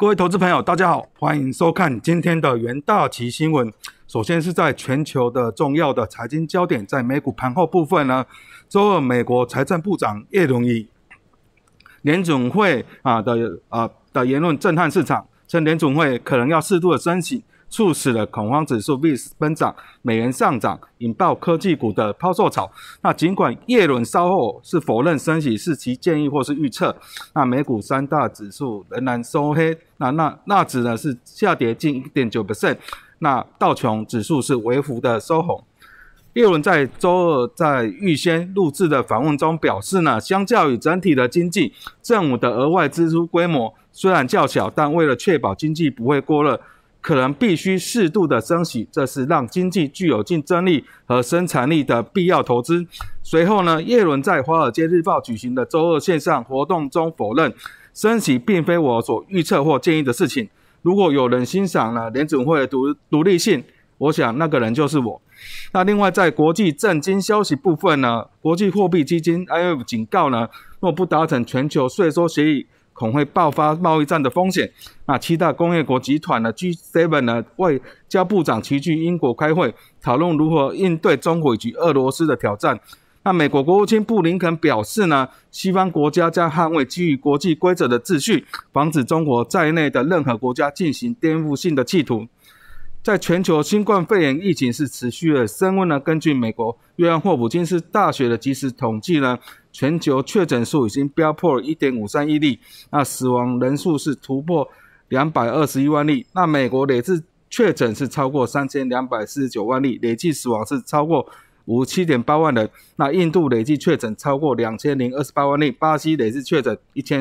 各位投资朋友，大家好，欢迎收看今天的元大旗新闻。首先是在全球的重要的财经焦点，在美股盘后部分呢，周二美国财政部长耶伦以联准会的言论震撼市场，称联准会可能要适度的升息，促使了恐慌指数 VIX 奔涨，美元上涨，引爆科技股的抛售潮。那尽管耶伦稍后是否认升息是其建议或是预测，那美股三大指数仍然收黑，纳指呢是下跌近 1.9%， 那道琼指数是微幅的收红。耶伦在周二在预先录制的访问中表示呢，相较于整体的经济，政府的额外支出规模虽然较小，但为了确保经济不会过热，可能必须适度的升息，这是让经济具有竞争力和生产力的必要投资。随后呢，耶伦在华尔街日报举行的周二线上活动中否认，升息并非我所预测或建议的事情。如果有人欣赏了联准会的独立性，我想那个人就是我。那另外在国际政经消息部分呢，国际货币基金 IMF 警告呢，若不达成全球税收协议，恐会爆发贸易战的风险。那七大工业国集团的 G7 呢，外交部长齐聚英国开会，讨论如何应对中国以及俄罗斯的挑战。那美国国务卿布林肯表示呢，西方国家将捍卫基于国际规则的秩序，防止中国在内的任何国家进行颠覆性的企图。在全球新冠肺炎疫情是持续的升温呢，根据美国约翰霍普金斯大学的即时统计呢，全球确诊数已经飙破了 1.53 亿例，那死亡人数是突破221万例，那美国累计确诊是超过3249万例，累计死亡是超过57.8万人，那印度累计确诊超过2028万例，巴西累计确诊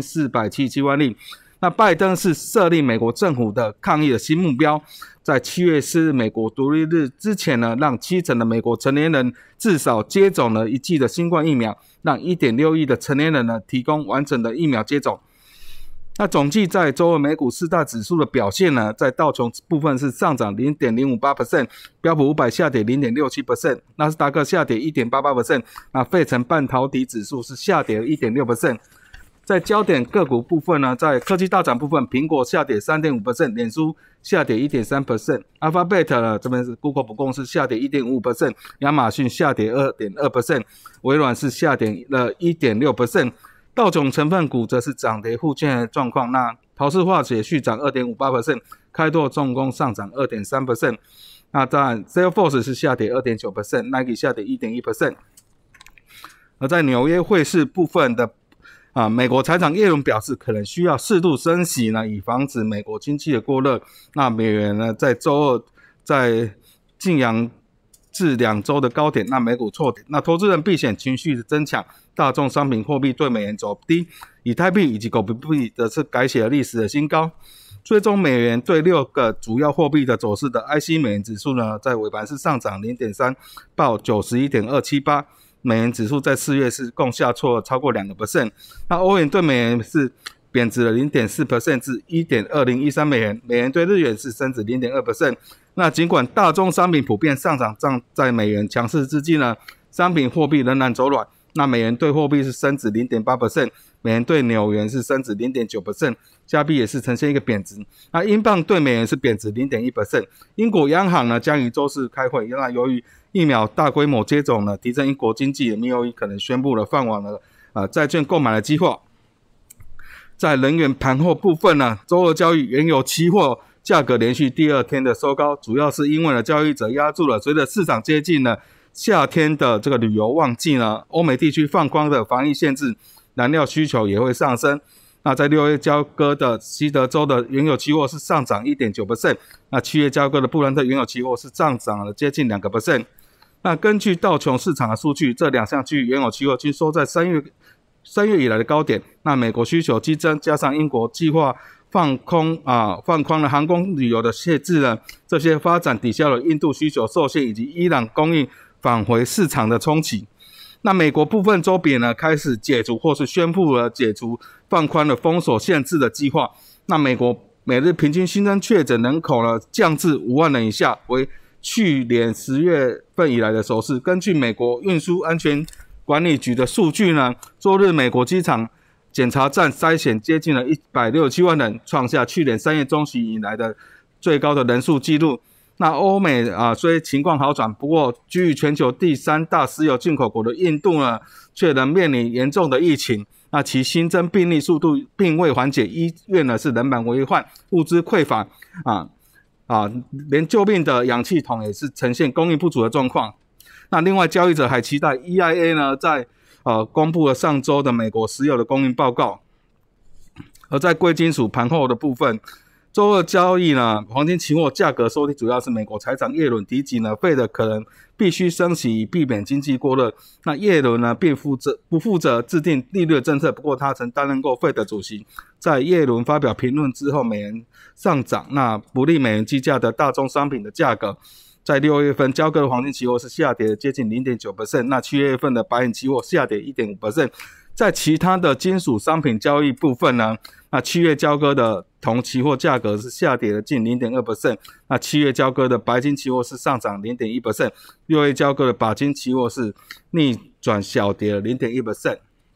1477万例。那拜登是设立美国政府的抗疫的新目标，在7月4日美国独立日之前呢，让70%的美国成年人至少接种了1剂的新冠疫苗，让 1.6 亿的成年人呢提供完整的疫苗接种。那总计在周二美股四大指数的表现呢，在道琼部分是上涨 0.058%， 标普500下跌 0.67%， 纳斯达克下跌 1.88%， 那费城半导体指数是下跌 1.6%。在焦点个股部分呢，在科技大涨部分，苹果下跌 3.5%， 脸书下跌 1.3%， Alphabet 呢这边是 Google 不共是下跌 1.5%， 亚马逊下跌 2.2%， 微软是下跌了 1.6%， 道琼成分股则是涨跌互见的状况，那陶氏化学续涨 2.58%， 开拓重工上涨 2.3%， 那当然 Salesforce 是下跌 2.9%， Nike 下跌 1.1%。 而在纽约汇市部分的美国财长耶伦表示，可能需要适度升息呢，以防止美国经济的过热。那美元呢，在周二在晋阳至2周的高点，那美股挫点，那投资人避险情绪的增强，大宗商品货币对美元走低，以太币以及狗币的是改写了历史的新高。追踪美元对6个主要货币的走势的 IC 美元指数呢，在尾盘是上涨 0.3 报 91.278。美元指数在4月是共下挫了超过 2%， 那欧元对美元是贬值了 0.4% 至 1.2013 美元，美元对日元是升值 0.2%。 那尽管大宗商品普遍上涨，在美元强势之际呢，商品货币仍然走软，那美元对货币是升值 0.8%， 美元对纽元是升值 0.9%， 加币也是呈现一个贬值，那英镑对美元是贬值 0.1%。 英国央行呢将于周四开会，那由于疫苗大规模接种呢，提振英国经济的 MOE 可能宣布了放缓了债券购买的计划。在能源盘后部分呢，周二交易原油期货价格连续第2天的收高，主要是因为呢交易者压住了随着市场接近了夏天的这个旅游旺季呢，欧美地区放宽的防疫限制，燃料需求也会上升。那在6月交割的西德州的原油期货是上涨 1.9%， 那7月交割的布兰特原油期货是上涨了接近 2%。那根据道琼市场的数据，这2项区域原油期货均收在3月以来的高点。那美国需求激增，加上英国计划放宽了航空旅游的限制呢，这些发展抵消了印度需求受限以及伊朗供应返回市场的冲击。那美国部分州别呢开始解除或是宣布了解除放宽了封锁限制的计划。那美国每日平均新增确诊人口呢降至5万人以下，为去年10月份以来的首次。根据美国运输安全管理局的数据呢，周日美国机场检查站筛选接近了167万人，创下去年3月中旬以来的最高的人数纪录。那欧美虽情况好转，不过居于全球第3大石油进口国的印度呢，却仍面临严重的疫情。那其新增病例速度并未缓解，医院呢是人满为患，物资匮乏连救命的氧气筒也是呈现供应不足的状况。那另外，交易者还期待 EIA 呢在公布了上周的美国石油的供应报告。而在贵金属盘后的部分，周二交易呢，黄金期货价格收低，主要是美国财长耶伦提及呢，Fed可能必须升息以避免经济过热。那耶伦呢，并不负责制定利率的政策，不过他曾担任过 Fed 主席。在耶伦发表评论之后，美元上涨，那不利美元计价的大宗商品的价格。在6月份交割的黄金期货是下跌接近 0.9%， 那7月份的白银期货下跌 1.5%。在其他的金属商品交易部分呢，那7月交割的铜期货价格是下跌了近 0.2%， 那7月交割的白金期货是上涨 0.1%， 6月交割的钯金期货是逆转小跌了 0.1%。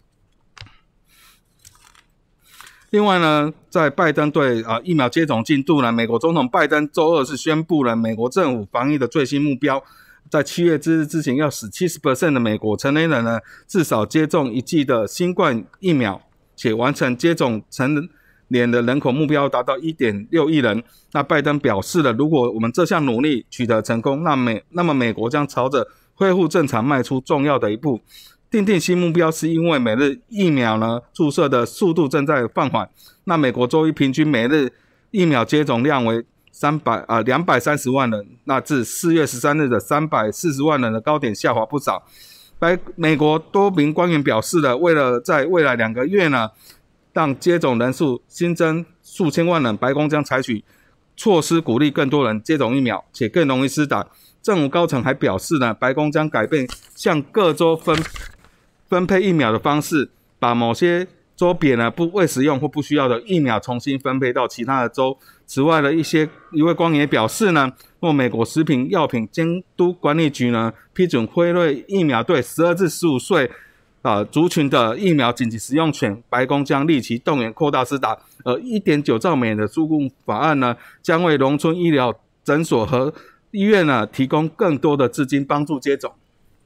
另外呢，在拜登对疫苗接种进度呢，美国总统拜登周二是宣布了美国政府防疫的最新目标，在7月之日之前要使 70% 的美国成年人呢至少接种1剂的新冠疫苗，且完成接种成年的人口目标达到 1.6 亿人。那拜登表示了，如果我们这项努力取得成功，那么美国将朝着恢复正常迈出重要的一步。订定新目标是因为每日疫苗呢注射的速度正在放缓。那美国周一平均每日疫苗接种量为230万人，那自4月13日的340万人的高点下滑不少。美国多名官员表示了，为了在未来2个月呢让接种人数新增数千万人，白宫将采取措施鼓励更多人接种疫苗，且更容易施打。政府高层还表示呢，白宫将改变向各州分配疫苗的方式，把某些州别呢不未使用或不需要的疫苗重新分配到其他的州。此外的一位官员也表示呢，若美国食品药品监督管理局呢批准辉瑞疫苗对12至15岁族群的疫苗紧急使用权，白宫将立即动员扩大施打。而 1.9 兆美元的纾困法案呢，将为农村医疗诊所和医院呢提供更多的资金帮助接种。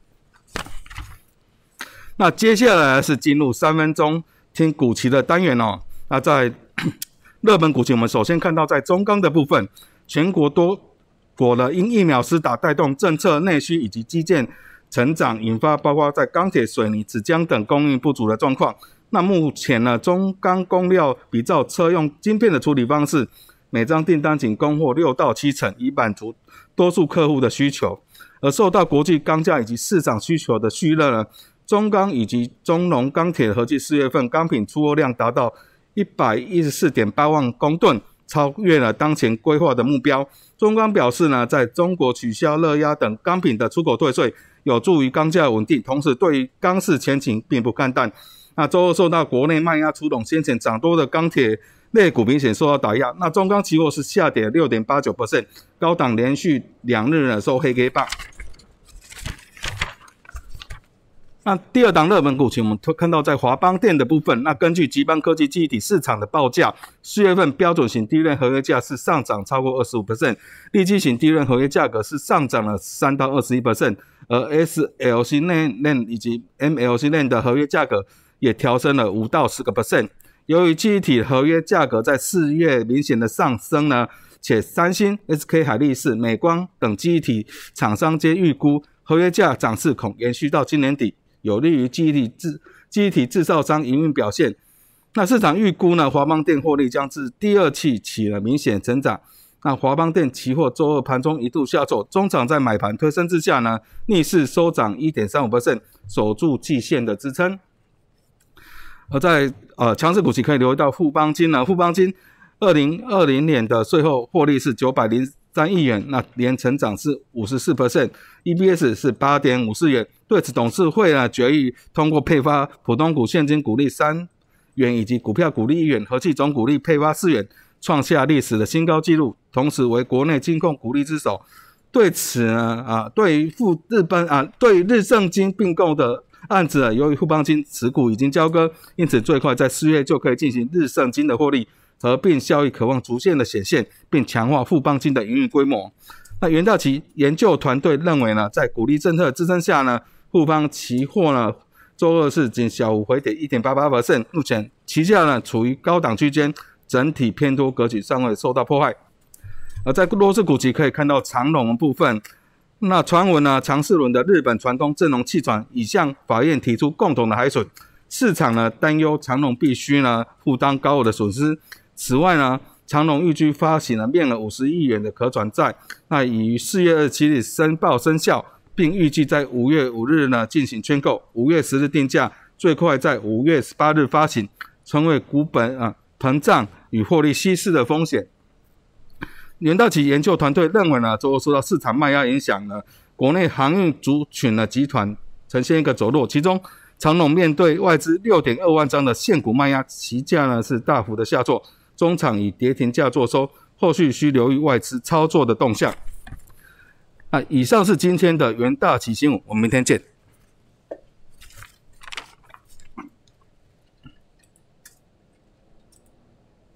那接下来是进入3分钟听股期的单元哦。那在热门股期，我们首先看到在中钢的部分，全国多国的因疫苗施打带动政策内需以及基建成长，引发包括在钢铁、水泥、纸浆等供应不足的状况。那目前呢，中钢供料比照车用晶片的处理方式，每张订单仅供货6到7成，以满足多数客户的需求。而受到国际钢价以及市场需求的蓄热呢，中钢以及中农钢铁合计4月份钢品出货量达到 114.8 万公吨，超越了当前规划的目标。中钢表示呢，在中国取消热轧等钢品的出口退税，有助于钢价稳定，同时对于钢市前景并不看淡。那周二受到国内卖压出笼，先前涨多的钢铁类股明显受到打压。那中钢期货是下跌 6.89%， 高档连续2日呢收黑 K 棒。那第二档热门股期，我们看到在华邦电的部分，那根据集邦科技记忆体市场的报价，4月份标准型DRAM合约价是上涨超过 25%， 立基型DRAM合约价格是上涨了3到21%， 而 SLC NAND 以及 MLC NAND 的合约价格也调升了5到10%。由于记忆体合约价格在4月明显的上升呢，且三星、SK 海力士、美光等记忆体厂商皆预估合约价涨势恐延续到今年底，有利于记忆体制造商营运表现。那市场预估呢，华邦电获利将自第二季起了明显成长。那华邦电期货周二盘中一度下挫，中场在买盘推升之下呢，逆势收涨 1.35%， 守住季线的支撑。而在强势股期可以留意到富邦金呢，富邦金2020年的税后获利是903亿元，那年成长是 54%， EPS 是 8.54 元。对此，董事会呢决议通过配发普通股现金股利3元以及股票股利1元，合计总股利配发4元，创下历史的新高纪录，同时为国内金控股利之首。对此呢，对于日盛金并购的案子由于富邦金持股已经交割，因此最快在4月就可以进行日盛金的获利，合并效益渴望逐渐的显现，并强化富邦金的营运规模。那元大期研究团队认为呢，在股利政策的支撑下呢，富邦期货呢周二是仅小幅回跌 1.88%， 目前期价呢处于高档区间，整体偏多格局尚未受到破坏。而在弱势股期可以看到长荣的部分，那传闻呢，长世轮的日本传统正隆汽船已向法院提出共同的海损，市场呢担忧长荣必须呢负担高额的损失。此外呢，长荣预计发行了面额50亿元的可转债，那已于4月27日申报生效，并预计在5月5日呢进行圈购，5月10日定价，最快在5月18日发行，成为股本膨胀与获利稀释的风险。元大期研究团队认为呢，周二受到市场卖压影响呢，国内航运族群的集团呈现一个走弱，其中长荣面对外资 6.2 万张的现股卖压，期价呢是大幅的下挫，中场以跌停价作收，后续需留意外资操作的动向。以上是今天的元大期新闻，我们明天见。